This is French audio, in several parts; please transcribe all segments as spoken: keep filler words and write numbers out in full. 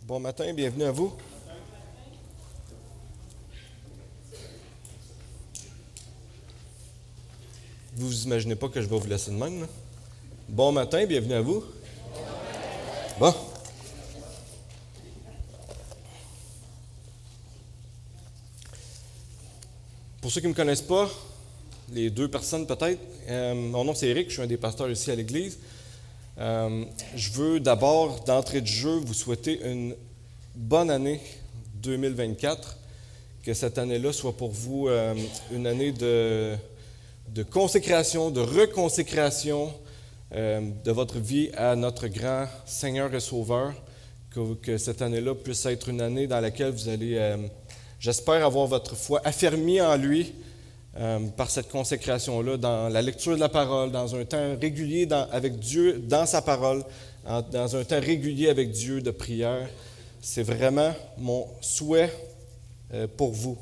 Bon matin, bienvenue à vous. Vous vous imaginez pas que je vais vous laisser de même, là? Bon matin, bienvenue à vous. Bon. Pour ceux qui ne me connaissent pas, les deux personnes peut-être, euh, mon nom c'est Éric, je suis un des pasteurs ici à l'Église. Euh, je veux d'abord, d'entrée de jeu, vous souhaiter une bonne année deux mille vingt-quatre, que cette année-là soit pour vous euh, une année de, de consécration, de reconsécration euh, de votre vie à notre grand Seigneur et Sauveur, que, que cette année-là puisse être une année dans laquelle vous allez, euh, j'espère, avoir votre foi affermie en lui, Euh, par cette consécration-là, dans la lecture de la parole, dans un temps régulier dans, avec Dieu, dans sa parole, en, dans un temps régulier avec Dieu de prière. C'est vraiment mon souhait euh, pour vous.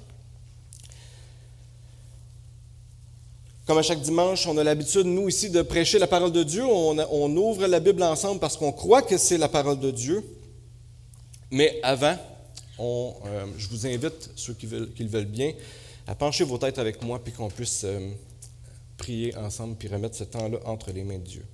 Comme à chaque dimanche, on a l'habitude, nous ici, de prêcher la parole de Dieu. On, a, on ouvre la Bible ensemble parce qu'on croit que c'est la parole de Dieu. Mais avant, on, euh, je vous invite, ceux qui, veulent, qui le veulent bien, à pencher vos têtes avec moi, puis qu'on puisse euh, prier ensemble, puis remettre ce temps-là entre les mains de Dieu.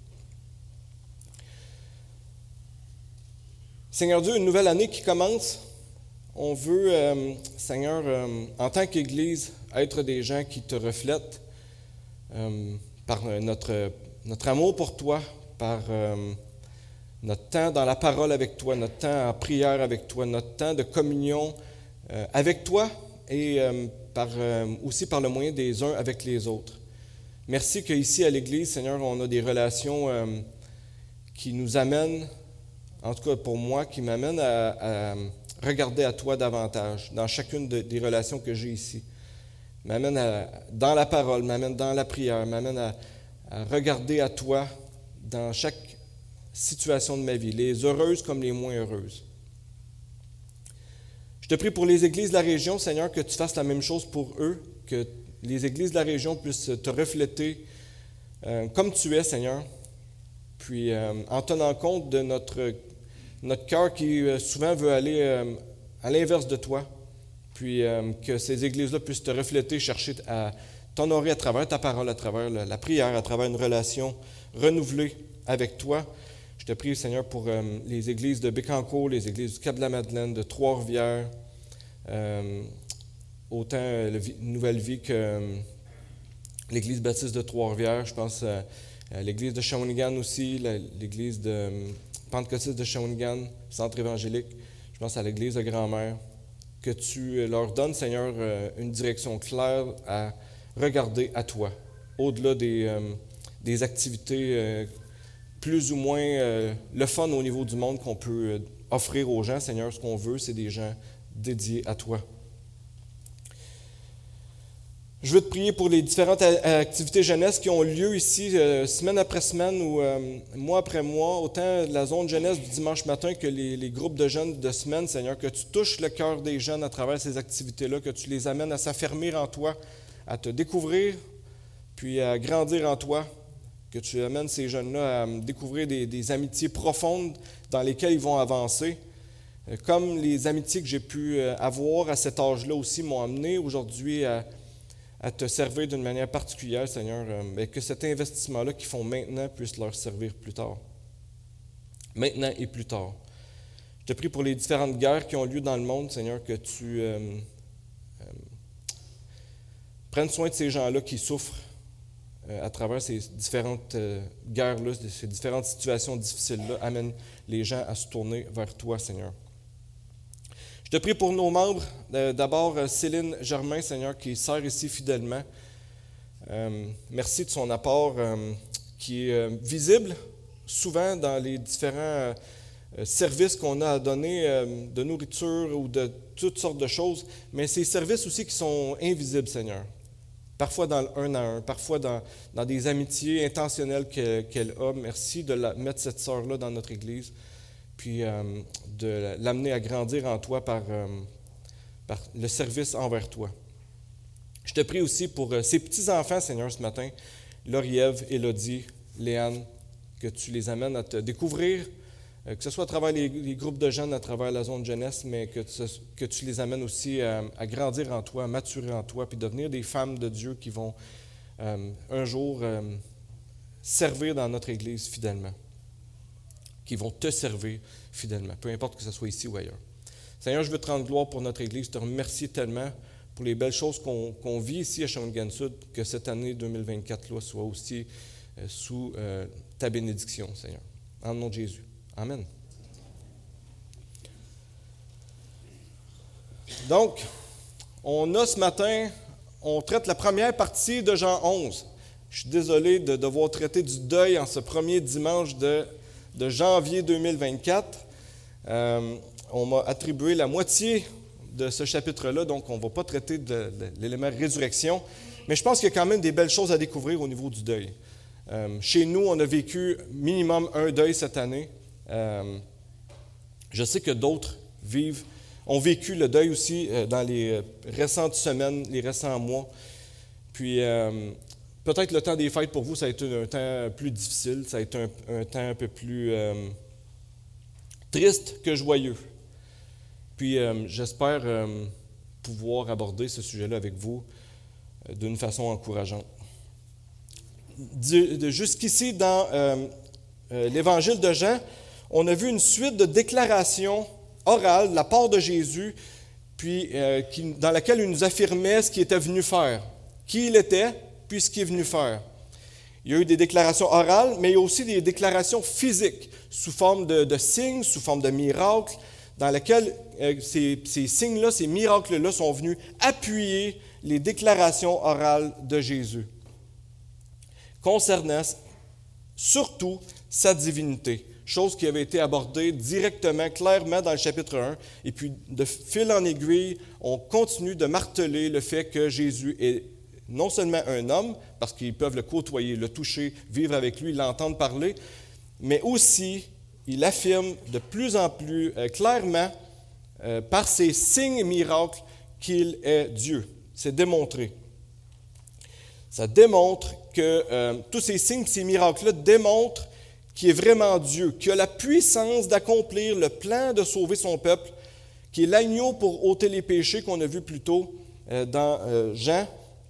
Seigneur Dieu, une nouvelle année qui commence. On veut, euh, Seigneur, euh, en tant qu'Église, être des gens qui te reflètent euh, par notre, notre amour pour toi, par euh, notre temps dans la parole avec toi, notre temps en prière avec toi, notre temps de communion euh, avec toi et euh, Par, euh, aussi par le moyen des uns avec les autres. Merci qu'ici à l'Église, Seigneur, on a des relations euh, qui nous amènent, en tout cas pour moi, qui m'amènent à, à regarder à toi davantage dans chacune de, des relations que j'ai ici. M'amène à, dans la parole, m'amène dans la prière, m'amène à, à regarder à toi dans chaque situation de ma vie, les heureuses comme les moins heureuses. Je te prie pour les églises de la région, Seigneur, que tu fasses la même chose pour eux, que les églises de la région puissent te refléter euh, comme tu es, Seigneur, puis euh, en tenant compte de notre, notre cœur qui euh, souvent veut aller euh, à l'inverse de toi, puis euh, que ces églises-là puissent te refléter, chercher à t'honorer à travers ta parole, à travers la, la prière, à travers une relation renouvelée avec toi. Je te prie, Seigneur, pour euh, les églises de Bécancour, les églises du Cap-de-la-Madeleine, de Trois-Rivières, euh, autant euh, la vie, Nouvelle Vie que euh, l'église baptiste de Trois-Rivières. Je pense euh, à l'église de Shawinigan aussi, la, l'église de euh, Pentecôtiste de Shawinigan, centre évangélique. Je pense à l'église de Grand-Mère. Que tu leur donnes, Seigneur, euh, une direction claire à regarder à toi, au-delà des, euh, des activités euh, plus ou moins euh, le fun au niveau du monde qu'on peut euh, offrir aux gens. Seigneur, ce qu'on veut, c'est des gens dédiés à toi. Je veux te prier pour les différentes a- activités jeunesse qui ont lieu ici, euh, semaine après semaine ou euh, mois après mois, autant la zone jeunesse du dimanche matin que les, les groupes de jeunes de semaine, Seigneur, que tu touches le cœur des jeunes à travers ces activités-là, que tu les amènes à s'affermir en toi, à te découvrir, puis à grandir en toi, que tu amènes ces jeunes-là à découvrir des, des amitiés profondes dans lesquelles ils vont avancer. Comme les amitiés que j'ai pu avoir à cet âge-là aussi m'ont amené aujourd'hui à, à te servir d'une manière particulière, Seigneur, mais que cet investissement-là qu'ils font maintenant puisse leur servir plus tard. Maintenant et plus tard. Je te prie pour les différentes guerres qui ont lieu dans le monde, Seigneur, que tu euh, euh, prennes soin de ces gens-là qui souffrent à travers ces différentes euh, guerres-là, ces différentes situations difficiles-là, amène les gens à se tourner vers toi, Seigneur. Je te prie pour nos membres. Euh, d'abord, Céline Germain, Seigneur, qui sert ici fidèlement. Euh, merci de son apport euh, qui est euh, visible souvent dans les différents euh, services qu'on a à donner euh, de nourriture ou de toutes sortes de choses, mais ces services aussi qui sont invisibles, Seigneur. Parfois dans le un à un, parfois dans, dans des amitiés intentionnelles que, qu'elle a. Merci de la, mettre cette sœur-là dans notre Église, puis euh, de l'amener à grandir en toi par, euh, par le service envers toi. Je te prie aussi pour euh, ces petits-enfants, Seigneur, ce matin, Lauriève, Élodie, Léane, que tu les amènes à te découvrir que ce soit à travers les, les groupes de jeunes, à travers la zone jeunesse, mais que tu, que tu les amènes aussi à, à grandir en toi, à maturer en toi, puis devenir des femmes de Dieu qui vont euh, un jour euh, servir dans notre Église fidèlement, qui vont te servir fidèlement, peu importe que ce soit ici ou ailleurs. Seigneur, je veux te rendre gloire pour notre Église, te remercier tellement pour les belles choses qu'on, qu'on vit ici à Shawinigan Sud, que cette année deux mille vingt-quatre là, soit aussi euh, sous euh, ta bénédiction, Seigneur. En le nom de Jésus. Amen. Donc, on a ce matin, on traite la première partie de Jean onze. Je suis désolé de devoir traiter du deuil en ce premier dimanche de, de janvier deux mille vingt-quatre. Euh, on m'a attribué la moitié de ce chapitre-là, donc on ne va pas traiter de, de l'élément résurrection, mais je pense qu'il y a quand même des belles choses à découvrir au niveau du deuil. Euh, chez nous, on a vécu minimum un deuil cette année. Euh, je sais que d'autres vivent, ont vécu le deuil aussi euh, dans les récentes semaines, les récents mois. Puis, euh, peut-être le temps des fêtes pour vous, ça a été un temps plus difficile, ça a été un, un temps un peu plus euh, triste que joyeux. Puis, euh, j'espère euh, pouvoir aborder ce sujet-là avec vous euh, d'une façon encourageante. Du, de, jusqu'ici, dans euh, euh, l'Évangile de Jean, on a vu une suite de déclarations orales de la part de Jésus, puis euh, qui, dans laquelle il nous affirmait ce qu'il était venu faire, qui il était, puis ce qu'il est venu faire. Il y a eu des déclarations orales, mais il y a aussi des déclarations physiques, sous forme de, de signes, sous forme de miracles, dans lesquels euh, ces, ces signes-là, ces miracles-là sont venus appuyer les déclarations orales de Jésus, concernant surtout sa divinité. Chose qui avait été abordée directement, clairement dans le chapitre un. Et puis, de fil en aiguille, on continue de marteler le fait que Jésus est non seulement un homme, parce qu'ils peuvent le côtoyer, le toucher, vivre avec lui, l'entendre parler, mais aussi, il affirme de plus en plus euh, clairement, euh, par ses signes et miracles, qu'il est Dieu. C'est démontré. Ça démontre que euh, tous ces signes, ces miracles-là démontrent qui est vraiment Dieu, qui a la puissance d'accomplir le plan de sauver son peuple, qui est l'agneau pour ôter les péchés qu'on a vu plus tôt euh, dans euh, Jean,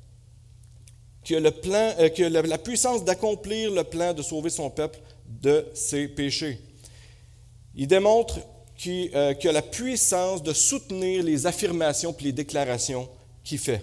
qui a, le plan, euh, qui a la, la puissance d'accomplir le plan de sauver son peuple de ses péchés. Il démontre qu'il, euh, qu'il a la puissance de soutenir les affirmations et les déclarations qu'il fait.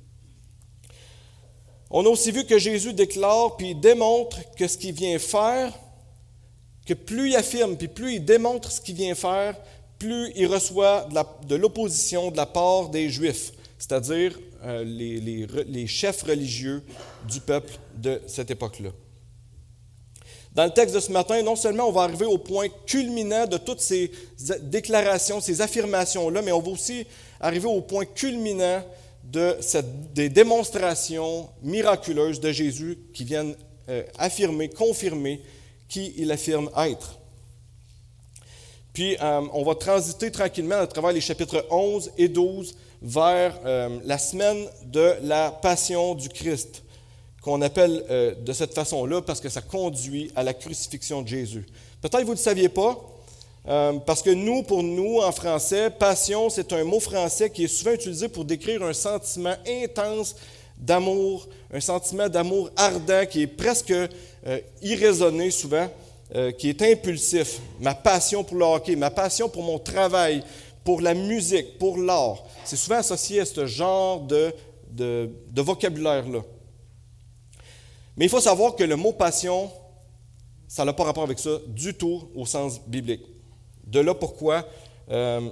On a aussi vu que Jésus déclare puis démontre que ce qu'il vient faire, que plus il affirme, puis plus il démontre ce qu'il vient faire, plus il reçoit de, la, de l'opposition de la part des Juifs, c'est-à-dire euh, les, les, les chefs religieux du peuple de cette époque-là. Dans le texte de ce matin, non seulement on va arriver au point culminant de toutes ces déclarations, ces affirmations-là, mais on va aussi arriver au point culminant de cette, des démonstrations miraculeuses de Jésus qui viennent euh, affirmer, confirmer qui il affirme être. Puis, euh, on va transiter tranquillement à travers les chapitres onze et douze vers euh, la semaine de la Passion du Christ, qu'on appelle euh, de cette façon-là parce que ça conduit à la crucifixion de Jésus. Peut-être que vous ne le saviez pas, euh, parce que nous, pour nous, en français, passion, c'est un mot français qui est souvent utilisé pour décrire un sentiment intense d'amour, un sentiment d'amour ardent qui est presque euh, irraisonné souvent, euh, qui est impulsif. Ma passion pour le hockey, ma passion pour mon travail, pour la musique, pour l'art. C'est souvent associé à ce genre de, de, de vocabulaire-là. Mais il faut savoir que le mot passion, ça n'a pas rapport avec ça du tout au sens biblique. De là pourquoi euh,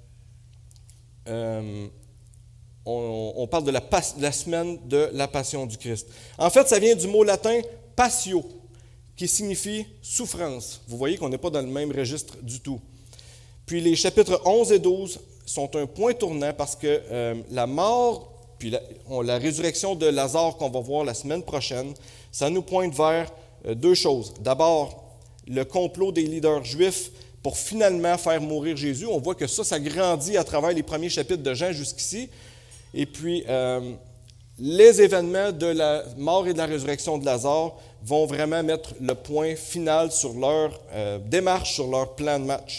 euh, On, on parle de la, pas, la semaine de la Passion du Christ. En fait, ça vient du mot latin « passio », qui signifie « souffrance ». Vous voyez qu'on n'est pas dans le même registre du tout. Puis les chapitres onze et douze sont un point tournant parce que euh, la mort, puis la, on, la résurrection de Lazare qu'on va voir la semaine prochaine, ça nous pointe vers euh, deux choses. D'abord, le complot des leaders juifs pour finalement faire mourir Jésus. On voit que ça, ça grandit à travers les premiers chapitres de Jean jusqu'ici. Et puis, euh, les événements de la mort et de la résurrection de Lazare vont vraiment mettre le point final sur leur euh, démarche, sur leur plan de match.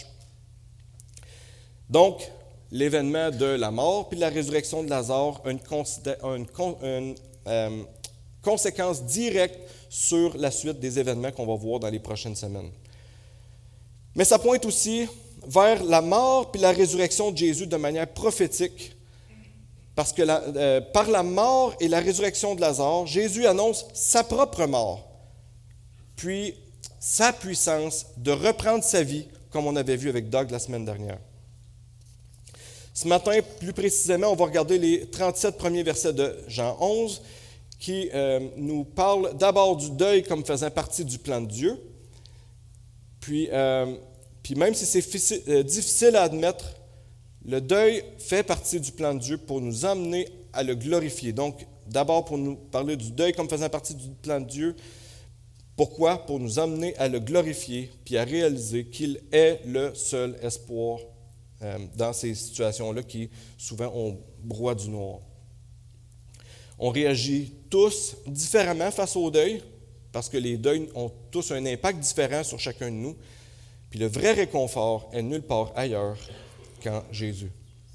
Donc, l'événement de la mort puis de la résurrection de Lazare a une, considé- une, une euh, conséquence directe sur la suite des événements qu'on va voir dans les prochaines semaines. Mais ça pointe aussi vers la mort puis la résurrection de Jésus de manière prophétique, parce que la, euh, par la mort et la résurrection de Lazare, Jésus annonce sa propre mort, puis sa puissance de reprendre sa vie, comme on avait vu avec Doug la semaine dernière. Ce matin, plus précisément, on va regarder les trente-sept premiers versets de Jean onze, qui euh, nous parlent d'abord du deuil comme faisant partie du plan de Dieu. Puis, euh, puis même si c'est euh, difficile à admettre, le deuil fait partie du plan de Dieu pour nous amener à le glorifier. Donc, d'abord pour nous parler du deuil comme faisant partie du plan de Dieu. Pourquoi? Pour nous amener à le glorifier, puis à réaliser qu'il est le seul espoir euh, dans ces situations-là qui, souvent, ont broie du noir. On réagit tous différemment face au deuil, parce que les deuils ont tous un impact différent sur chacun de nous. Puis le vrai réconfort est nulle part ailleurs qu'en Jésus.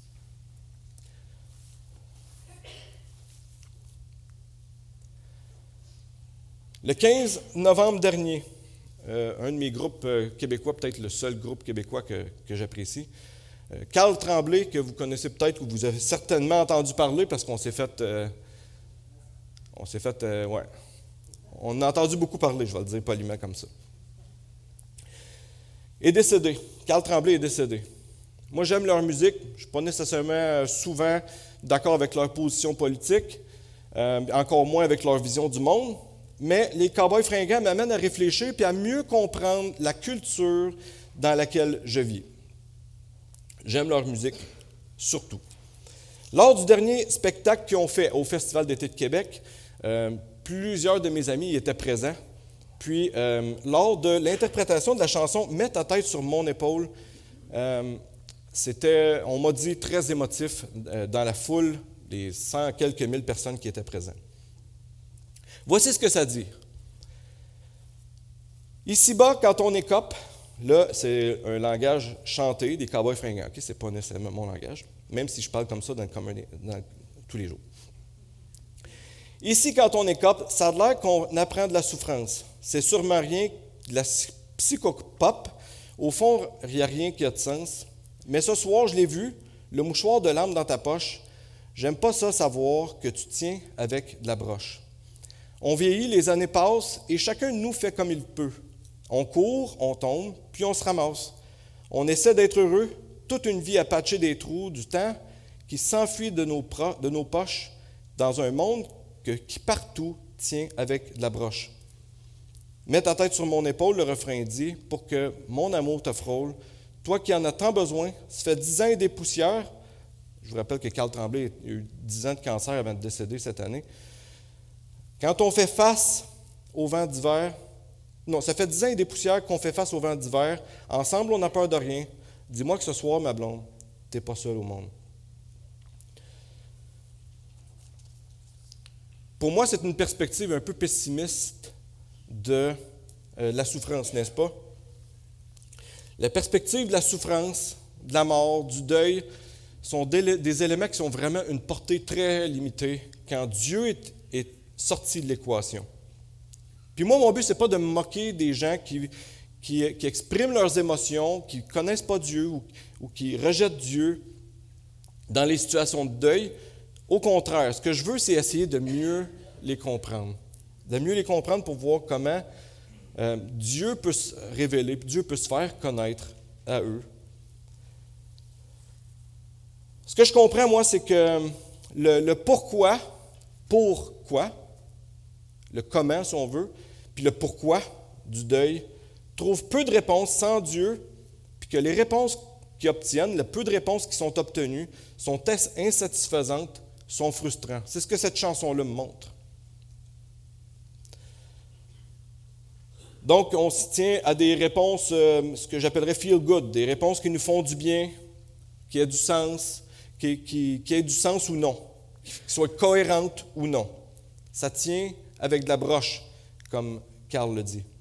Le quinze novembre dernier, euh, un de mes groupes euh, québécois, peut-être le seul groupe québécois que, que j'apprécie, euh, Carl Tremblay, que vous connaissez peut-être ou vous avez certainement entendu parler parce qu'on s'est fait... Euh, on s'est fait... Euh, ouais. On a entendu beaucoup parler, je vais le dire poliment comme ça. Est décédé. Carl Tremblay est décédé. Moi, j'aime leur musique. Je ne suis pas nécessairement souvent d'accord avec leur position politique, euh, encore moins avec leur vision du monde, mais les Cowboys fringants m'amènent à réfléchir et à mieux comprendre la culture dans laquelle je vis. J'aime leur musique, surtout. Lors du dernier spectacle qu'ils ont fait au Festival d'été de Québec, euh, plusieurs de mes amis y étaient présents. Puis, euh, lors de l'interprétation de la chanson « Mets ta tête sur mon épaule euh, », c'était, on m'a dit, très émotif euh, dans la foule des cent quelques mille personnes qui étaient présentes. Voici ce que ça dit. Ici-bas, quand on écope, là, c'est un langage chanté des Cowboys fringants. Okay? Ce n'est pas nécessairement mon langage, même si je parle comme ça dans, le commun, dans tous les jours. Ici, quand on écope, ça a l'air qu'on apprend de la souffrance. C'est sûrement rien de la psychopop. Au fond, il n'y a rien qui a de sens. Mais ce soir, je l'ai vu, le mouchoir de l'âme dans ta poche. J'aime pas ça savoir que tu tiens avec de la broche. On vieillit, les années passent, et chacun de nous fait comme il peut. On court, on tombe, puis on se ramasse. On essaie d'être heureux, toute une vie à patcher des trous du temps qui s'enfuit de nos, pro- de nos poches dans un monde que, qui partout tient avec de la broche. Mets ta tête sur mon épaule, le refrain dit, pour que mon amour te frôle. Toi qui en as tant besoin, ça fait dix ans et des poussières. Je vous rappelle que Carl Tremblay a eu dix ans de cancer avant de décéder cette année. Quand on fait face au vent d'hiver, non, ça fait dix ans et des poussières qu'on fait face au vent d'hiver. Ensemble, on n'a peur de rien. Dis-moi que ce soir, ma blonde, tu n'es pas seule au monde. Pour moi, c'est une perspective un peu pessimiste de euh, la souffrance, n'est-ce pas? La perspective de la souffrance, de la mort, du deuil, sont des, des éléments qui sont vraiment une portée très limitée quand Dieu est, est sorti de l'équation. Puis moi, mon but, ce n'est pas de me moquer des gens qui, qui, qui expriment leurs émotions, qui ne connaissent pas Dieu ou, ou qui rejettent Dieu dans les situations de deuil. Au contraire, ce que je veux, c'est essayer de mieux les comprendre. De mieux les comprendre pour voir comment euh, Dieu peut se révéler, Dieu peut se faire connaître à eux. Ce que je comprends, moi, c'est que le, le pourquoi, pourquoi, le comment, si on veut, puis le pourquoi du deuil, trouve peu de réponses sans Dieu, puis que les réponses qu'ils obtiennent, le peu de réponses qui sont obtenues, sont insatisfaisantes, sont frustrantes. C'est ce que cette chanson-là me montre. Donc, on se tient à des réponses, euh, ce que j'appellerais feel good, des réponses qui nous font du bien, qui aient du sens, qui, qui, qui aient du sens ou non. qui soit cohérente ou non. Ça tient avec de la broche, comme Karl le dit.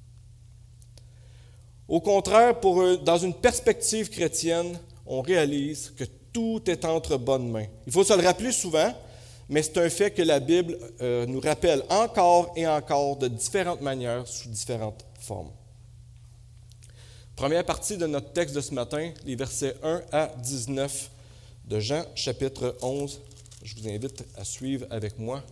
Au contraire, pour eux, dans une perspective chrétienne, on réalise que tout est entre bonnes mains. Il faut se le rappeler souvent, mais c'est un fait que la Bible euh, nous rappelle encore et encore de différentes manières, sous différentes formes. Première partie de notre texte de ce matin, les versets un à dix-neuf de Jean, chapitre onze. Je vous invite à suivre avec moi.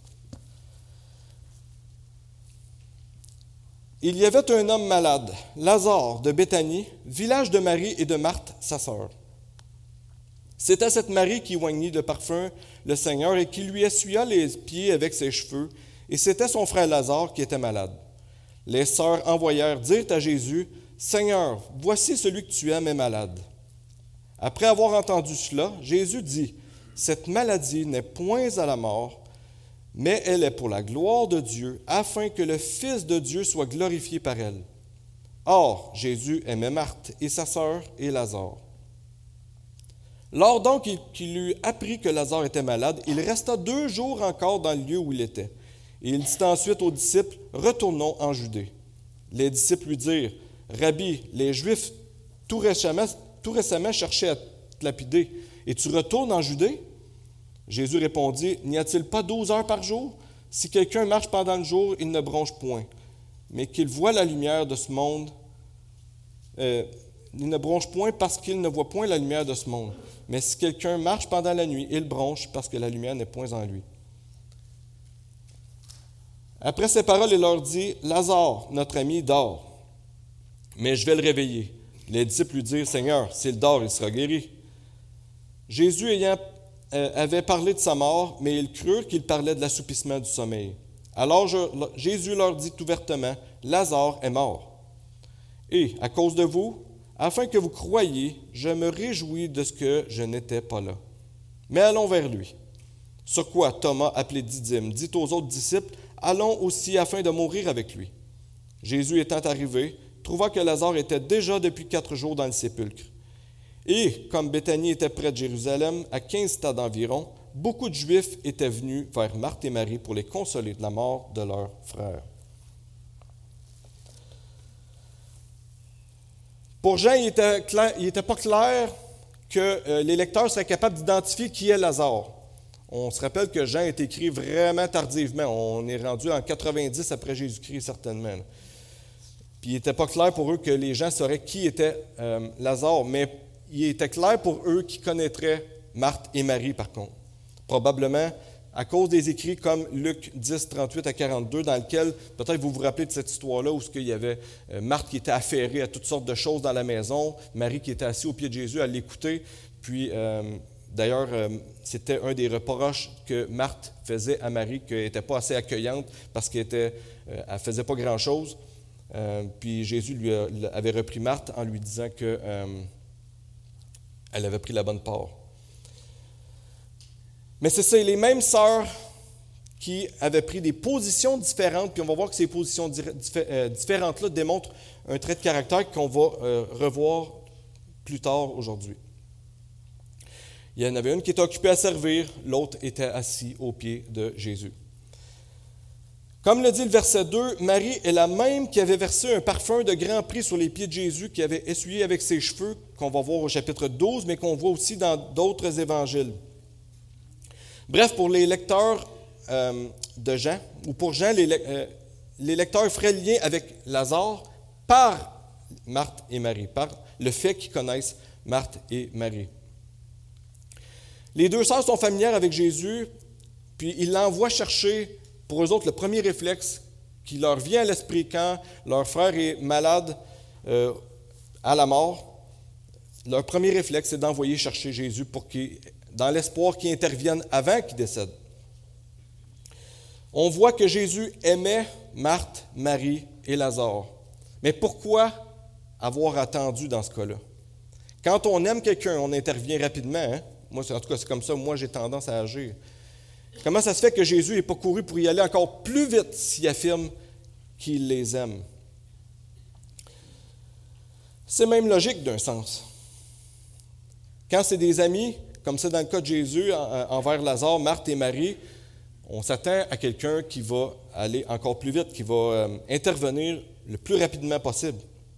Il y avait un homme malade, Lazare de Béthanie, village de Marie et de Marthe, sa sœur. C'était cette Marie qui oignit de parfum le Seigneur et qui lui essuya les pieds avec ses cheveux, et c'était son frère Lazare qui était malade. Les sœurs envoyèrent dire à Jésus, « Seigneur, voici celui que tu aimes est malade. » Après avoir entendu cela, Jésus dit, « Cette maladie n'est point à la mort, mais elle est pour la gloire de Dieu, afin que le Fils de Dieu soit glorifié par elle. » Or, Jésus aimait Marthe et sa sœur et Lazare. Lors donc qu'il eut appris que Lazare était malade, il resta deux jours encore dans le lieu où il était. Et il dit ensuite aux disciples, « Retournons en Judée. » Les disciples lui dirent, « Rabbi, les Juifs tout récemment, tout récemment cherchaient à te lapider, et tu retournes en Judée? » Jésus répondit, « N'y a-t-il pas douze heures par jour? Si quelqu'un marche pendant le jour, il ne bronche point, mais qu'il voit la lumière de ce monde, euh, il ne bronche point parce qu'il ne voit point la lumière de ce monde. Mais si quelqu'un marche pendant la nuit, il bronche parce que la lumière n'est point en lui. » Après ces paroles, il leur dit, « Lazare, notre ami, dort, mais je vais le réveiller. » Les disciples lui dirent, « Seigneur, s'il dort, il sera guéri. » Jésus ayant, euh, avait parlé de sa mort, mais ils crurent qu'il parlait de l'assoupissement du sommeil. Alors je, Jésus leur dit ouvertement, « Lazare est mort. Et, à cause de vous, afin que vous croyiez, je me réjouis de ce que je n'étais pas là. Mais allons vers lui. » Sur quoi Thomas, appelé Didyme, dit aux autres disciples, « Allons aussi afin de mourir avec lui. » Jésus étant arrivé, trouva que Lazare était déjà depuis quatre jours dans le sépulcre. Et, comme Béthanie était près de Jérusalem, à quinze stades environ, beaucoup de Juifs étaient venus vers Marthe et Marie pour les consoler de la mort de leur frère. Pour Jean, il n'était pas clair que euh, les lecteurs seraient capables d'identifier qui est Lazare. On se rappelle que Jean est écrit vraiment tardivement. On est rendu en quatre-vingt-dix après Jésus-Christ, certainement. Puis il n'était pas clair pour eux que les gens sauraient qui était euh, Lazare, mais il était clair pour eux qu'ils connaîtraient Marthe et Marie, par contre. Probablement à cause des écrits comme Luc dix, trente-huit à quarante-deux, dans lequel, peut-être vous vous rappelez de cette histoire-là, où il y avait euh, Marthe qui était affairée à toutes sortes de choses dans la maison, Marie qui était assise au pied de Jésus à l'écouter, puis euh, d'ailleurs, euh, c'était un des reproches que Marthe faisait à Marie, qu'elle n'était pas assez accueillante parce qu'elle ne euh, faisait pas grand-chose. Euh, puis Jésus lui a, avait repris Marthe en lui disant qu'elle euh, avait pris la bonne part. Mais c'est ça, les mêmes sœurs qui avaient pris des positions différentes, puis on va voir que ces positions différentes-là démontrent un trait de caractère qu'on va euh, revoir plus tard aujourd'hui. Il y en avait une qui était occupée à servir, l'autre était assis aux pieds de Jésus. Comme le dit le verset deux, Marie est la même qui avait versé un parfum de grand prix sur les pieds de Jésus, qui avait essuyé avec ses cheveux, qu'on va voir au chapitre douze, mais qu'on voit aussi dans d'autres évangiles. Bref, pour les lecteurs euh, de Jean, ou pour Jean, les, euh, les lecteurs feraient le lien avec Lazare par Marthe et Marie, par le fait qu'ils connaissent Marthe et Marie. Les deux sœurs sont familières avec Jésus, puis ils l'envoient chercher, pour eux autres, le premier réflexe qui leur vient à l'esprit quand leur frère est malade euh, à la mort. Leur premier réflexe, c'est d'envoyer chercher Jésus pour qu'il, dans l'espoir qu'il intervienne avant qu'il décède. On voit que Jésus aimait Marthe, Marie et Lazare. Mais pourquoi avoir attendu dans ce cas-là? Quand on aime quelqu'un, on intervient rapidement. Hein? Moi, en tout cas, c'est comme ça, moi, j'ai tendance à agir. Comment ça se fait que Jésus n'est pas couru pour y aller encore plus vite s'il affirme qu'il les aime? C'est même logique d'un sens. Quand c'est des amis, comme c'est dans le cas de Jésus en, envers Lazare, Marthe et Marie, on s'attend à quelqu'un qui va aller encore plus vite, qui va euh, intervenir le plus rapidement possible.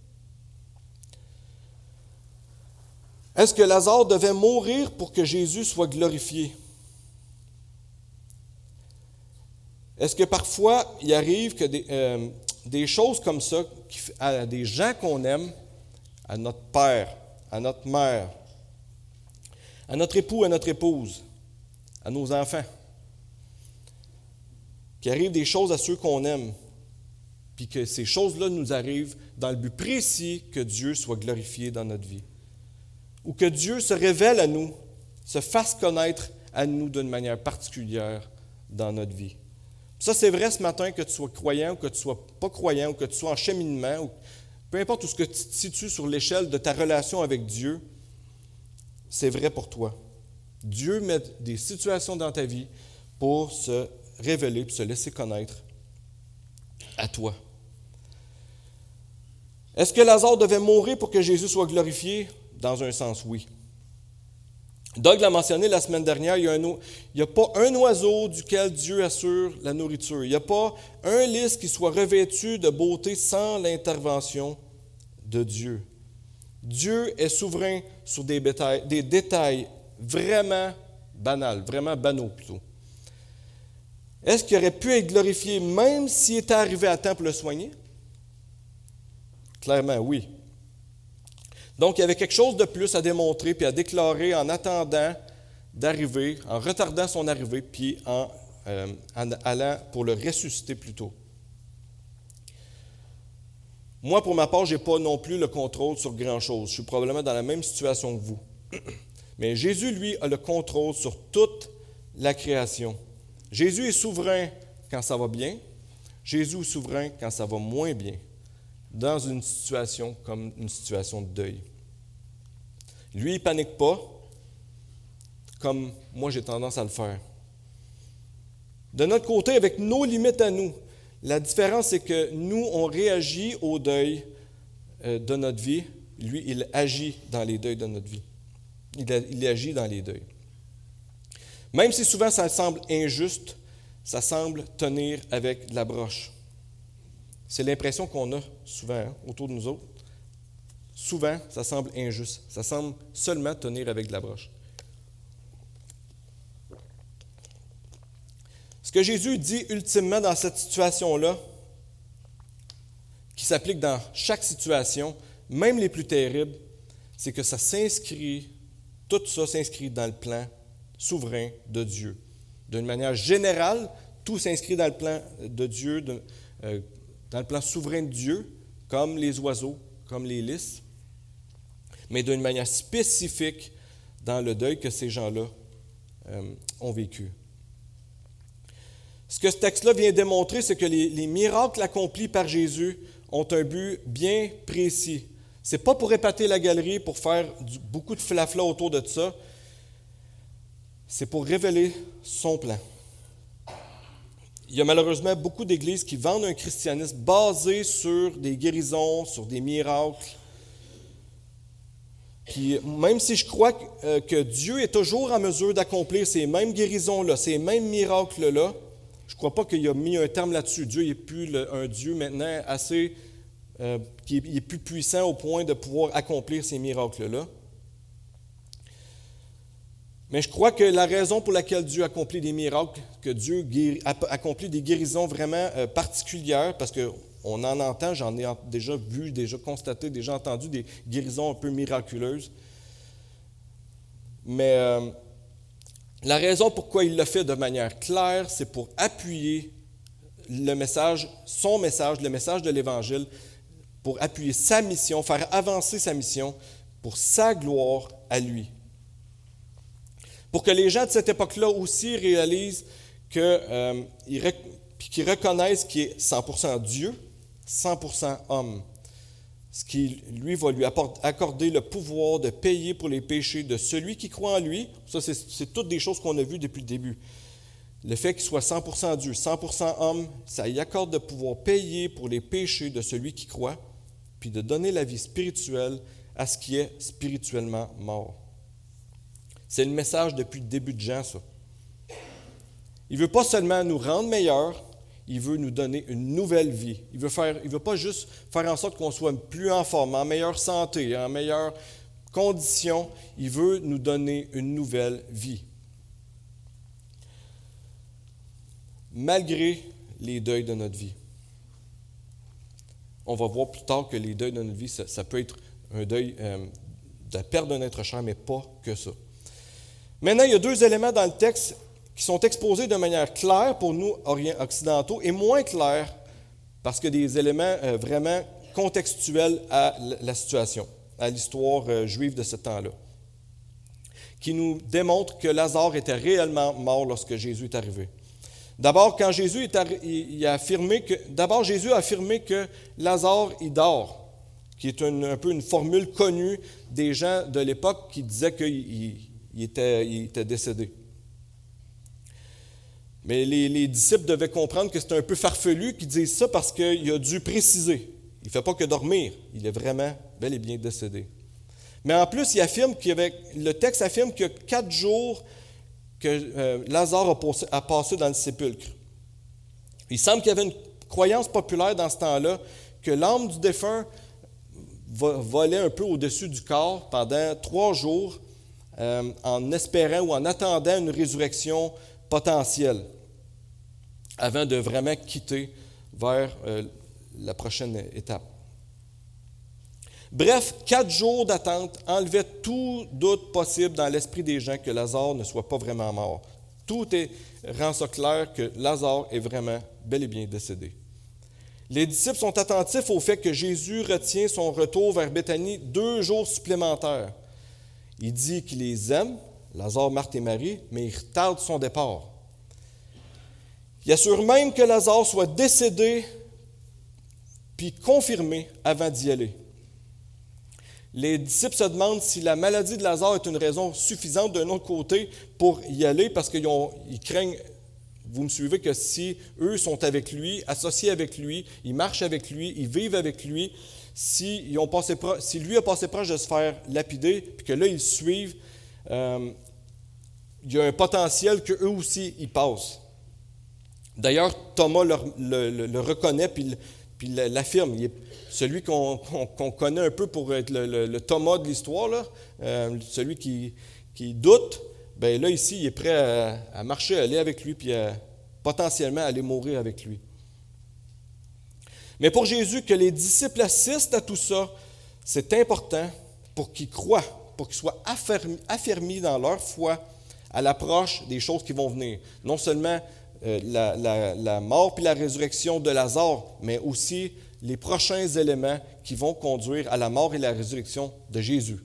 Est-ce que Lazare devait mourir pour que Jésus soit glorifié? Est-ce que parfois, il arrive que des, euh, des choses comme ça, qui, à des gens qu'on aime, à notre père, à notre mère, à notre époux, à notre épouse, à nos enfants, qu'il arrive des choses à ceux qu'on aime, puis que ces choses-là nous arrivent dans le but précis que Dieu soit glorifié dans notre vie. Ou que Dieu se révèle à nous, se fasse connaître à nous d'une manière particulière dans notre vie. Ça, c'est vrai ce matin, que tu sois croyant ou que tu ne sois pas croyant, ou que tu sois en cheminement, ou peu importe où ce que tu te situes sur l'échelle de ta relation avec Dieu, c'est vrai pour toi. Dieu met des situations dans ta vie pour se révéler, pour se laisser connaître à toi. Est-ce que Lazare devait mourir pour que Jésus soit glorifié? Dans un sens, oui. Doug l'a mentionné la semaine dernière, il n'y a, un, a pas un oiseau duquel Dieu assure la nourriture. Il n'y a pas un lys qui soit revêtu de beauté sans l'intervention de Dieu. Dieu est souverain sur des, bétails, des détails vraiment banals, vraiment banaux plutôt. Est-ce qu'il aurait pu être glorifié même s'il était arrivé à temps pour le soigner? Clairement, oui. Donc, il y avait quelque chose de plus à démontrer puis à déclarer en attendant d'arriver, en retardant son arrivée, puis en, euh, en allant pour le ressusciter plus tôt. Moi, pour ma part, je n'ai pas non plus le contrôle sur grand-chose. Je suis probablement dans la même situation que vous. Mais Jésus, lui, a le contrôle sur toute la création. Jésus est souverain quand ça va bien. Jésus est souverain quand ça va moins bien, dans une situation comme une situation de deuil. Lui, il ne panique pas, comme moi j'ai tendance à le faire. De notre côté, avec nos limites à nous, la différence, c'est que nous, on réagit au deuil euh, de notre vie. Lui, il agit dans les deuils de notre vie. Il, a, il agit dans les deuils. Même si souvent ça semble injuste, ça semble tenir avec la broche. C'est l'impression qu'on a souvent hein, autour de nous autres. Souvent, ça semble injuste. Ça semble seulement tenir avec de la broche. Ce que Jésus dit ultimement dans cette situation-là, qui s'applique dans chaque situation, même les plus terribles, c'est que ça s'inscrit, tout ça s'inscrit dans le plan souverain de Dieu. D'une manière générale, tout s'inscrit dans le plan de Dieu, de, euh, dans le plan souverain de Dieu, comme les oiseaux, comme les lys, mais d'une manière spécifique dans le deuil que ces gens-là euh, ont vécu. Ce que ce texte-là vient démontrer, c'est que les, les miracles accomplis par Jésus ont un but bien précis. Ce n'est pas pour épater la galerie, pour faire du, beaucoup de flafla autour de ça. C'est pour révéler son plan. Il y a malheureusement beaucoup d'églises qui vendent un christianisme basé sur des guérisons, sur des miracles. Puis même si je crois que, euh, que Dieu est toujours en mesure d'accomplir ces mêmes guérisons-là, ces mêmes miracles-là, je ne crois pas qu'il a mis un terme là-dessus. Dieu n'est plus le, un Dieu maintenant assez, euh, qui est, il est plus puissant au point de pouvoir accomplir ces miracles-là. Mais je crois que la raison pour laquelle Dieu accomplit des miracles, que Dieu guérit, accomplit des guérisons vraiment euh, particulières, parce qu'on en entend, j'en ai déjà vu, déjà constaté, déjà entendu des guérisons un peu miraculeuses. Mais euh, la raison pourquoi il le fait de manière claire, c'est pour appuyer le message, son message, le message de l'Évangile, pour appuyer sa mission, faire avancer sa mission pour sa gloire à lui. Pour que les gens de cette époque-là aussi réalisent que, euh, qu'ils reconnaissent qu'il est cent pour cent Dieu, cent pour cent homme. Ce qui, lui, va lui accorder le pouvoir de payer pour les péchés de celui qui croit en lui. Ça, c'est, c'est toutes des choses qu'on a vues depuis le début. Le fait qu'il soit cent pour cent Dieu, cent pour cent homme, ça lui accorde de pouvoir payer pour les péchés de celui qui croit, puis de donner la vie spirituelle à ce qui est spirituellement mort. C'est le message depuis le début de Jean, ça. Il ne veut pas seulement nous rendre meilleurs, il veut nous donner une nouvelle vie. Il veut faire, il veut pas juste faire en sorte qu'on soit plus en forme, en meilleure santé, en meilleure condition. Il veut nous donner une nouvelle vie. Malgré les deuils de notre vie. On va voir plus tard que les deuils de notre vie, ça, ça peut être un deuil euh, de la perte d'un être cher, mais pas que ça. Maintenant, il y a deux éléments dans le texte qui sont exposés de manière claire pour nous, occidentaux, et moins clairs parce que des éléments euh, vraiment contextuels à la situation, à l'histoire euh, juive de ce temps-là, qui nous démontrent que Lazare était réellement mort lorsque Jésus est arrivé. D'abord, quand Jésus est arri- il a affirmé que, d'abord Jésus a affirmé que Lazare il dort, qui est une, un peu une formule connue des gens de l'époque qui disaient qu'il il, il était, il était décédé. Mais les, les disciples devaient comprendre que c'était un peu farfelu qu'ils disent ça parce qu'il a dû préciser. Il ne fait pas que dormir, il est vraiment bel et bien décédé. Mais en plus, il affirme qu'il y avait, le texte affirme qu'il y a quatre jours que euh, Lazare a passé, a passé dans le sépulcre. Il semble qu'il y avait une croyance populaire dans ce temps-là que l'âme du défunt volait un peu au-dessus du corps pendant trois jours euh, en espérant ou en attendant une résurrection potentielle avant de vraiment quitter vers euh, la prochaine étape. Bref, quatre jours d'attente enlevaient tout doute possible dans l'esprit des gens que Lazare ne soit pas vraiment mort. Tout est, rend ça clair que Lazare est vraiment bel et bien décédé. Les disciples sont attentifs au fait que Jésus retient son retour vers Béthanie deux jours supplémentaires. Il dit qu'il les aime, Lazare, Marthe et Marie, mais il retarde son départ. Il assure même que Lazare soit décédé puis confirmé avant d'y aller. Les disciples se demandent si la maladie de Lazare est une raison suffisante d'un autre côté pour y aller parce qu'ils ont, ils craignent, vous me suivez, que si eux sont avec lui, associés avec lui, ils marchent avec lui, ils vivent avec lui, si, ils ont passé pro- si lui a passé proche de se faire lapider, puis que là ils suivent, euh, il y a un potentiel qu'eux aussi ils passent. D'ailleurs, Thomas le, le, le, le reconnaît puis, puis l'affirme. Il est celui qu'on, qu'on, qu'on connaît un peu pour être le, le, le Thomas de l'histoire, là, euh, celui qui, qui doute, bien là, ici, il est prêt à, à marcher, à aller avec lui, puis à, potentiellement à aller mourir avec lui. Mais pour Jésus, que les disciples assistent à tout ça, c'est important pour qu'ils croient, pour qu'ils soient affermis, affermis dans leur foi à l'approche des choses qui vont venir. Non seulement euh, la, la, la mort puis la résurrection de Lazare, mais aussi les prochains éléments qui vont conduire à la mort et la résurrection de Jésus.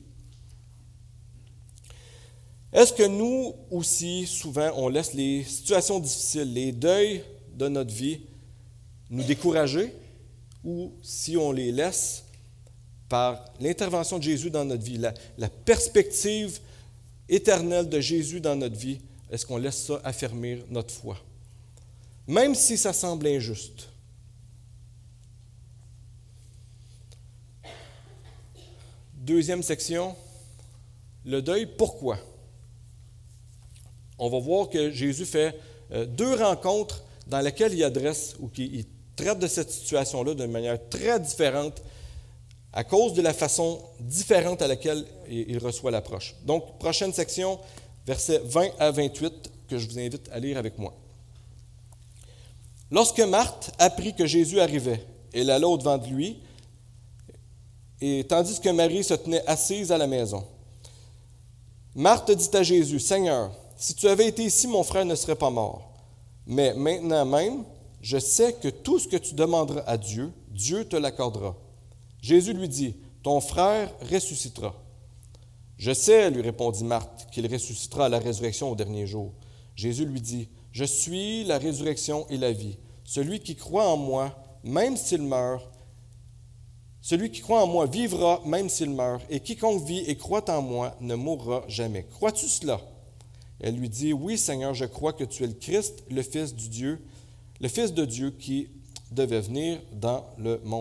Est-ce que nous aussi, souvent, on laisse les situations difficiles, les deuils de notre vie, nous décourager, ou si on les laisse par l'intervention de Jésus dans notre vie, la, la perspective éternelle de Jésus dans notre vie, est-ce qu'on laisse ça affermir notre foi? Même si ça semble injuste. Deuxième section, le deuil, pourquoi? On va voir que Jésus fait euh, deux rencontres dans lesquelles il adresse ou qu'il traite de cette situation-là d'une manière très différente à cause de la façon différente à laquelle il, il reçoit l'approche. Donc, prochaine section, versets vingt à vingt-huit, que je vous invite à lire avec moi. Lorsque Marthe apprit que Jésus arrivait, elle alla au-devant de lui, et tandis que Marie se tenait assise à la maison. Marthe dit à Jésus, « Seigneur, si tu avais été ici, mon frère ne serait pas mort. Mais maintenant même, je sais que tout ce que tu demanderas à Dieu, Dieu te l'accordera. » Jésus lui dit, « Ton frère ressuscitera. » « Je sais, lui répondit Marthe, qu'il ressuscitera à la résurrection au dernier jour. Jésus lui dit, « Je suis la résurrection et la vie. Celui qui croit en moi, même s'il meurt, celui qui croit en moi vivra même s'il meurt, et quiconque vit et croit en moi ne mourra jamais. Crois-tu cela? » Elle lui dit, « Oui, Seigneur, je crois que tu es le Christ, le Fils du Dieu, le Fils de Dieu qui devait venir dans le monde. »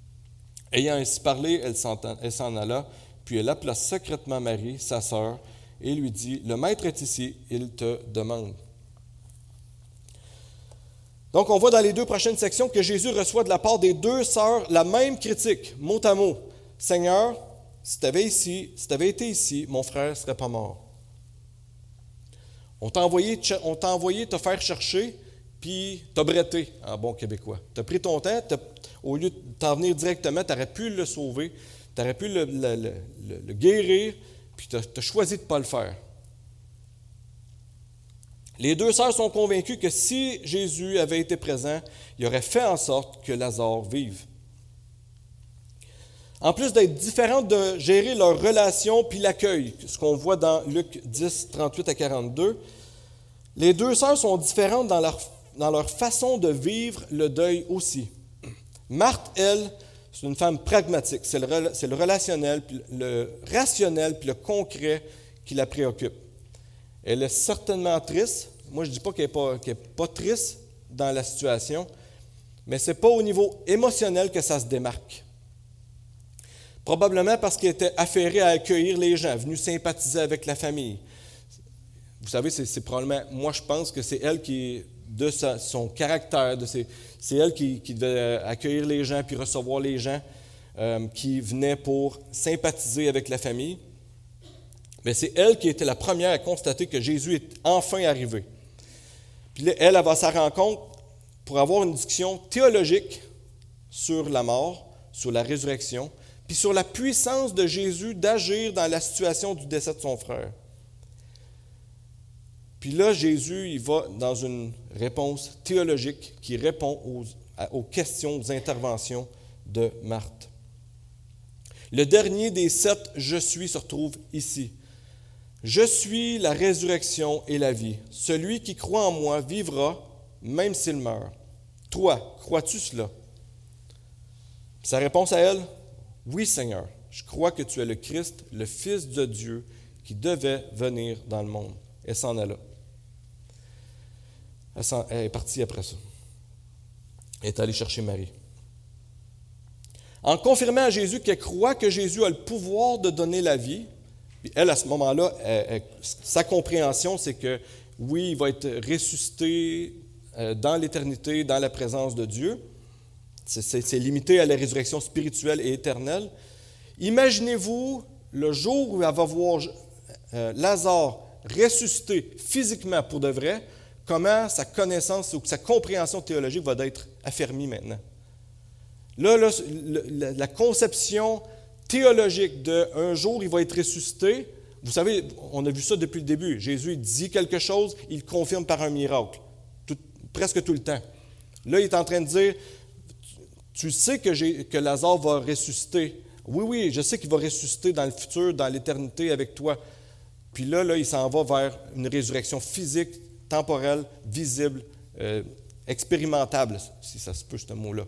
Ayant ainsi parlé, elle s'en, elle s'en alla, puis elle appela secrètement Marie, sa sœur, et lui dit, « Le maître est ici, il te demande. » Donc, on voit dans les deux prochaines sections que Jésus reçoit de la part des deux sœurs la même critique, mot à mot. « Seigneur, si tu avais ici, si tu avais été ici, mon frère ne serait pas mort. » On t'a envoyé, on t'a envoyé te faire chercher, puis t'as bretté, en bon québécois. Tu as pris ton temps, au lieu de t'en venir directement, tu aurais pu le sauver, tu aurais pu le, le, le, le, le guérir, puis tu as choisi de ne pas le faire. Les deux sœurs sont convaincues que si Jésus avait été présent, il aurait fait en sorte que Lazare vive. En plus d'être différentes de gérer leur relation puis l'accueil, ce qu'on voit dans Luc dix, trente-huit à quarante-deux, les deux sœurs sont différentes dans leur, dans leur façon de vivre le deuil aussi. Marthe, elle, c'est une femme pragmatique. C'est le, c'est le relationnel, puis le rationnel puis le concret qui la préoccupe. Elle est certainement triste. Moi, je ne dis pas qu'elle n'est pas, qu'elle est pas triste dans la situation, mais ce n'est pas au niveau émotionnel que ça se démarque. Probablement parce qu'elle était affairée à accueillir les gens, venue sympathiser avec la famille. Vous savez, c'est, c'est probablement, moi je pense que c'est elle qui, de sa, son caractère, de ses, c'est elle qui, qui devait accueillir les gens puis recevoir les gens euh, qui venaient pour sympathiser avec la famille. Mais c'est elle qui était la première à constater que Jésus est enfin arrivé. Puis là, elle, elle va à sa rencontre pour avoir une discussion théologique sur la mort, sur la résurrection, puis sur la puissance de Jésus d'agir dans la situation du décès de son frère. Puis là, Jésus, il va dans une réponse théologique qui répond aux, aux questions, aux interventions de Marthe. Le dernier des sept « Je suis » se retrouve ici. « Je suis la résurrection et la vie. Celui qui croit en moi vivra, même s'il meurt. Toi, crois-tu cela? » Sa réponse à elle, « Oui, Seigneur, je crois que tu es le Christ, le Fils de Dieu, qui devait venir dans le monde. » Elle s'en alla. Elle, s'en, elle est partie après ça. Elle est allée chercher Marie. En confirmant à Jésus qu'elle croit que Jésus a le pouvoir de donner la vie, puis elle, à ce moment-là, elle, elle, sa compréhension, c'est que oui, il va être ressuscité euh, dans l'éternité, dans la présence de Dieu. C'est, c'est, c'est limité à la résurrection spirituelle et éternelle. Imaginez-vous le jour où elle va voir euh, Lazare ressuscité physiquement pour de vrai, comment sa connaissance ou sa compréhension théologique va être affermie maintenant. Là, là le, la conception théologique de « un jour, il va être ressuscité », vous savez, on a vu ça depuis le début. Jésus il dit quelque chose, il le confirme par un miracle, tout, presque tout le temps. Là, il est en train de dire « tu sais que, j'ai, que Lazare va ressusciter. Oui, oui, je sais qu'il va ressusciter dans le futur, dans l'éternité avec toi. » Puis là, là, il s'en va vers une résurrection physique, temporelle, visible, euh, expérimentable, si ça se peut, ce mot-là.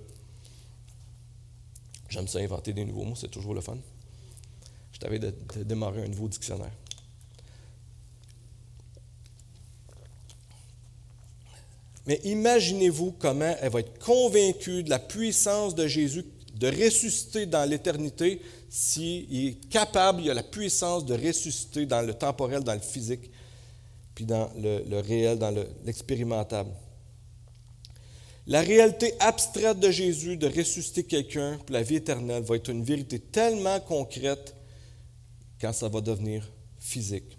J'aime ça inventer des nouveaux mots, c'est toujours le fun. Je t'avais de, de démarrer un nouveau dictionnaire. Mais imaginez-vous comment elle va être convaincue de la puissance de Jésus de ressusciter dans l'éternité s'il est capable, il a la puissance de ressusciter dans le temporel, dans le physique, puis dans le, le réel, dans le, l'expérimentable. La réalité abstraite de Jésus de ressusciter quelqu'un pour la vie éternelle va être une vérité tellement concrète quand ça va devenir physique.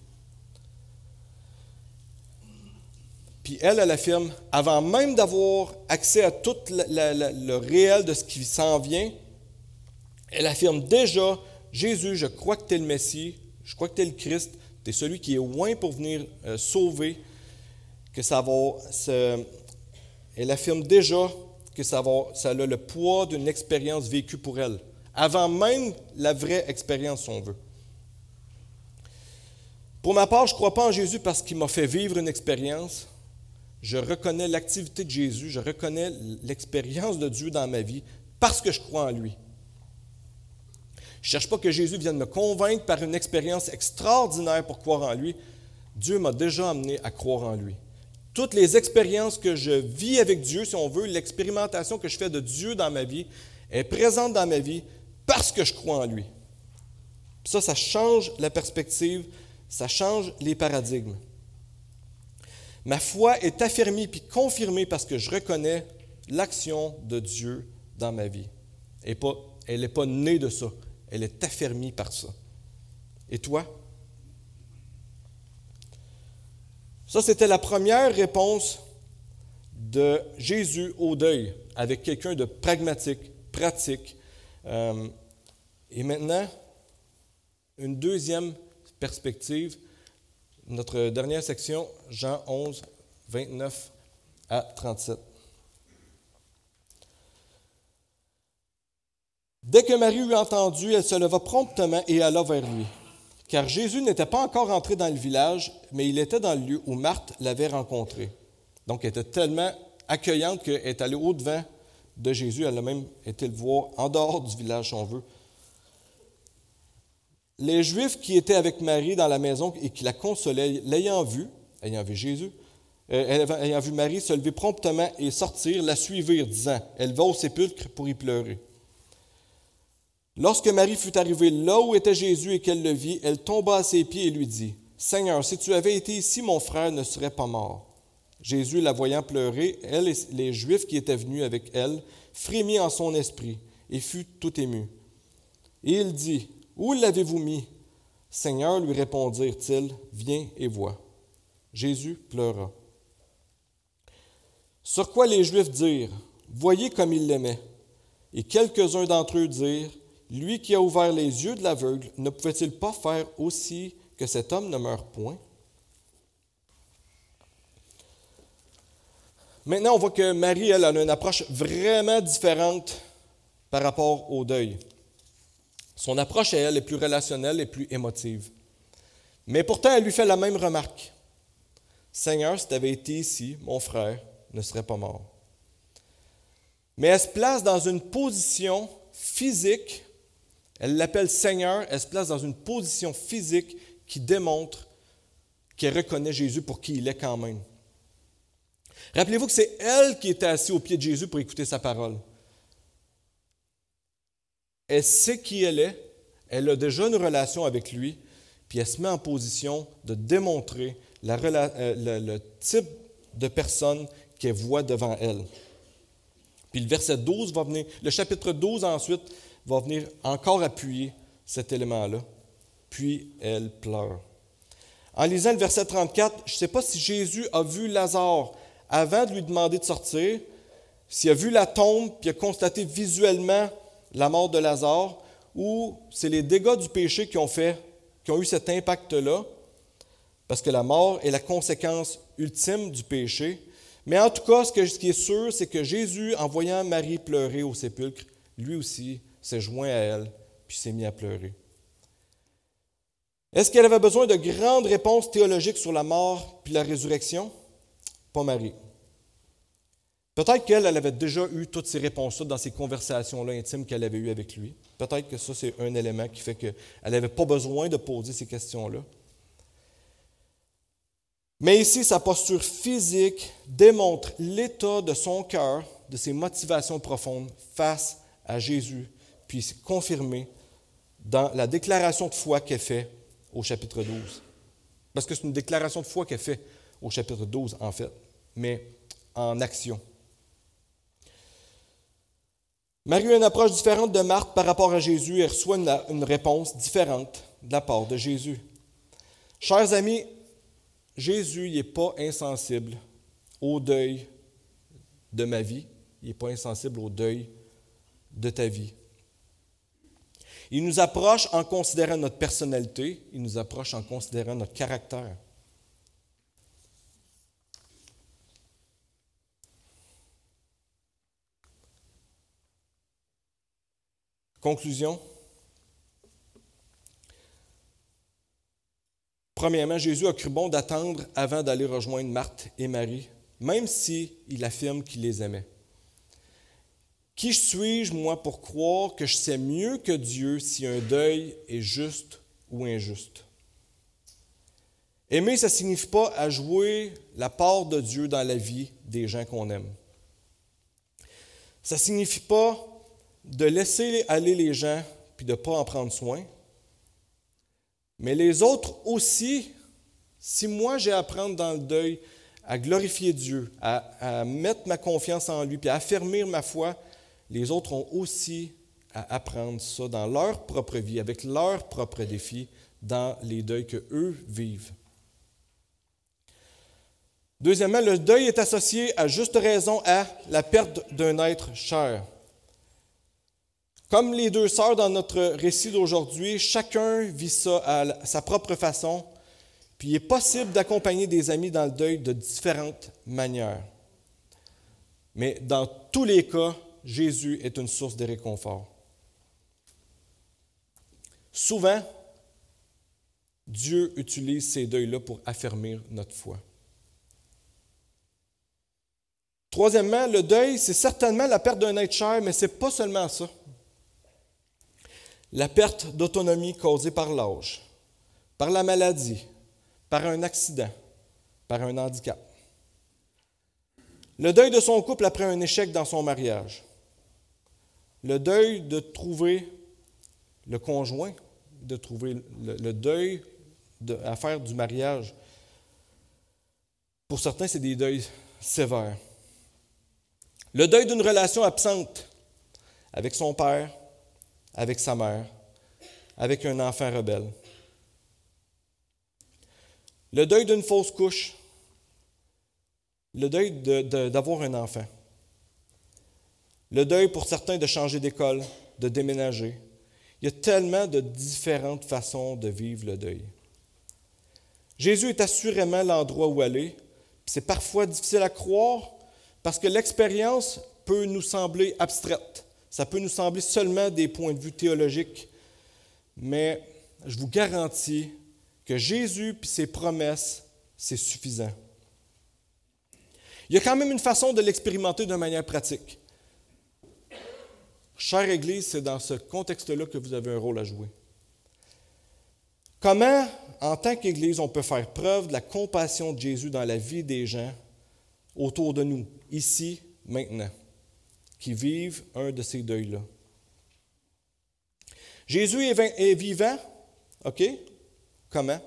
Puis elle, elle affirme, avant même d'avoir accès à tout la, la, la, le réel de ce qui s'en vient, elle affirme déjà, Jésus, je crois que tu es le Messie, je crois que tu es le Christ, tu es celui qui est loin pour venir euh, sauver, que ça va... Se, elle affirme déjà que ça, va, ça a le poids d'une expérience vécue pour elle, avant même la vraie expérience, si on veut. Pour ma part, je ne crois pas en Jésus parce qu'il m'a fait vivre une expérience. Je reconnais l'activité de Jésus, je reconnais l'expérience de Dieu dans ma vie parce que je crois en lui. Je ne cherche pas que Jésus vienne me convaincre par une expérience extraordinaire pour croire en lui. Dieu m'a déjà amené à croire en lui. Toutes les expériences que je vis avec Dieu, si on veut, l'expérimentation que je fais de Dieu dans ma vie, est présente dans ma vie parce que je crois en lui. Puis ça, ça change la perspective Ça change les paradigmes. Ma foi est affermie puis confirmée parce que je reconnais l'action de Dieu dans ma vie. Elle n'est pas, elle n'est pas née de ça. Elle est affermie par ça. Et toi? Ça, c'était la première réponse de Jésus au deuil, avec quelqu'un de pragmatique, pratique. Euh, et maintenant, une deuxième perspective, notre dernière section, Jean onze, vingt-neuf à trente-sept. Dès que Marie eut entendu, elle se leva promptement et alla vers lui. Car Jésus n'était pas encore entré dans le village, mais il était dans le lieu où Marthe l'avait rencontré. Donc, elle était tellement accueillante qu'elle est allée au-devant de Jésus. Elle a même été le voir en dehors du village, si on veut. Les Juifs qui étaient avec Marie dans la maison et qui la consolaient, l'ayant vue, ayant vu Jésus, euh, ayant vu Marie se lever promptement et sortir, la suivirent, disant, « Elle va au sépulcre pour y pleurer. » Lorsque Marie fut arrivée là où était Jésus et qu'elle le vit, elle tomba à ses pieds et lui dit, « Seigneur, si tu avais été ici, mon frère ne serait pas mort. » Jésus, la voyant pleurer, elle et les Juifs qui étaient venus avec elle, frémit en son esprit et fut tout ému. Et il dit, « Où l'avez-vous mis? » Seigneur, lui répondirent-ils, « Viens et vois. » Jésus pleura. Sur quoi les Juifs dirent, « Voyez comme il l'aimait. » Et quelques-uns d'entre eux dirent, « Lui qui a ouvert les yeux de l'aveugle, ne pouvait-il pas faire aussi que cet homme ne meure point? » Maintenant, on voit que Marie, elle, elle a une approche vraiment différente par rapport au deuil. Son approche à elle est plus relationnelle et plus émotive. Mais pourtant, elle lui fait la même remarque. « Seigneur, si tu avais été ici, mon frère ne serait pas mort. » Mais elle se place dans une position physique, elle l'appelle Seigneur, elle se place dans une position physique qui démontre qu'elle reconnaît Jésus pour qui il est quand même. Rappelez-vous que c'est elle qui était assise au pied de Jésus pour écouter sa parole. Elle sait qui elle est, elle a déjà une relation avec lui, puis elle se met en position de démontrer la, euh, le, le type de personne qu'elle voit devant elle. Puis le verset douze va venir, le chapitre douze ensuite va venir encore appuyer cet élément-là. Puis elle pleure. En lisant le verset trente-quatre, je ne sais pas si Jésus a vu Lazare avant de lui demander de sortir, s'il a vu la tombe puis a constaté visuellement la mort de Lazare, ou c'est les dégâts du péché qui ont fait, qui ont eu cet impact-là, parce que la mort est la conséquence ultime du péché. Mais en tout cas, ce, que, ce qui est sûr, c'est que Jésus, en voyant Marie pleurer au sépulcre, lui aussi s'est joint à elle, puis s'est mis à pleurer. Est-ce qu'elle avait besoin de grandes réponses théologiques sur la mort puis la résurrection? Pas Marie. Peut-être qu'elle elle avait déjà eu toutes ces réponses-là dans ces conversations-là intimes qu'elle avait eues avec lui. Peut-être que ça, c'est un élément qui fait qu'elle n'avait pas besoin de poser ces questions-là. Mais ici, sa posture physique démontre l'état de son cœur, de ses motivations profondes face à Jésus, puis c'est confirmé dans la déclaration de foi qu'elle fait au chapitre douze. Parce que c'est une déclaration de foi qu'elle fait au chapitre douze, en fait, mais en action. Marie a une approche différente de Marthe par rapport à Jésus et reçoit une, une réponse différente de la part de Jésus. Chers amis, Jésus n'est pas insensible au deuil de ma vie. Il n'est pas insensible au deuil de ta vie. Il nous approche en considérant notre personnalité, il nous approche en considérant notre caractère. Conclusion. Premièrement, Jésus a cru bon d'attendre avant d'aller rejoindre Marthe et Marie, même s'il affirme qu'il les aimait. Qui suis-je, moi, pour croire que je sais mieux que Dieu si un deuil est juste ou injuste? Aimer, ça ne signifie pas à jouer la part de Dieu dans la vie des gens qu'on aime. Ça ne signifie pas de laisser aller les gens puis de ne pas en prendre soin. Mais les autres aussi, si moi j'ai à apprendre dans le deuil à glorifier Dieu, à, à mettre ma confiance en lui, puis à affermir ma foi, les autres ont aussi à apprendre ça dans leur propre vie, avec leurs propres défis, dans les deuils qu'eux vivent. Deuxièmement, le deuil est associé à juste raison à la perte d'un être cher. Comme les deux sœurs dans notre récit d'aujourd'hui, chacun vit ça à sa propre façon, puis il est possible d'accompagner des amis dans le deuil de différentes manières. Mais dans tous les cas, Jésus est une source de réconfort. Souvent, Dieu utilise ces deuils-là pour affermir notre foi. Troisièmement, le deuil, c'est certainement la perte d'un être cher, mais ce n'est pas seulement ça. La perte d'autonomie causée par l'âge, par la maladie, par un accident, par un handicap. Le deuil de son couple après un échec dans son mariage. Le deuil de trouver le conjoint, de trouver le, le deuil de, à faire du mariage. Pour certains, c'est des deuils sévères. Le deuil d'une relation absente avec son père, avec sa mère, avec un enfant rebelle. Le deuil d'une fausse couche. Le deuil de, de, d'avoir un enfant. Le deuil pour certains de changer d'école, de déménager. Il y a tellement de différentes façons de vivre le deuil. Jésus est assurément l'endroit où aller. C'est parfois difficile à croire parce que l'expérience peut nous sembler abstraite. Ça peut nous sembler seulement des points de vue théologiques. Mais je vous garantis que Jésus et ses promesses, c'est suffisant. Il y a quand même une façon de l'expérimenter de manière pratique. Chère Église, c'est dans ce contexte-là que vous avez un rôle à jouer. Comment, en tant qu'Église, on peut faire preuve de la compassion de Jésus dans la vie des gens autour de nous, ici, maintenant, qui vivent un de ces deuils-là? Jésus est vivant, OK? Comment?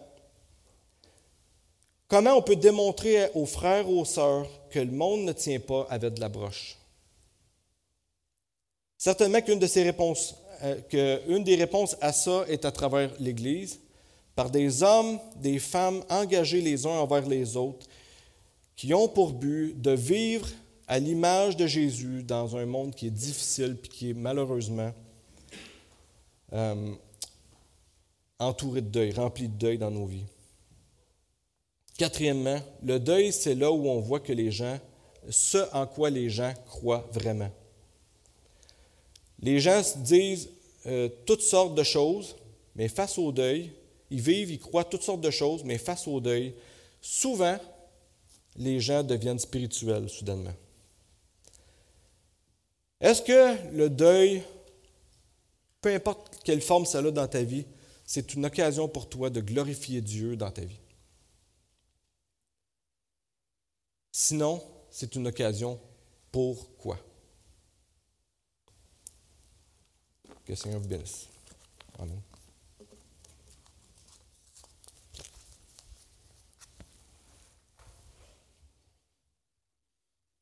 Comment on peut démontrer aux frères, aux sœurs que le monde ne tient pas avec de la broche? Certainement qu'une de ces réponses, euh, qu'une des réponses à ça est à travers l'Église, par des hommes, des femmes engagés les uns envers les autres, qui ont pour but de vivre à l'image de Jésus dans un monde qui est difficile et qui est malheureusement euh, entouré de deuil, rempli de deuil dans nos vies. Quatrièmement, le deuil, c'est là où on voit que les gens, ce en quoi les gens croient vraiment. Les gens se disent euh, toutes sortes de choses, mais face au deuil, ils vivent, ils croient toutes sortes de choses, mais face au deuil, souvent, les gens deviennent spirituels soudainement. Est-ce que le deuil, peu importe quelle forme ça a dans ta vie, c'est une occasion pour toi de glorifier Dieu dans ta vie? Sinon, c'est une occasion pour quoi? Que le Seigneur vous bénisse. Amen.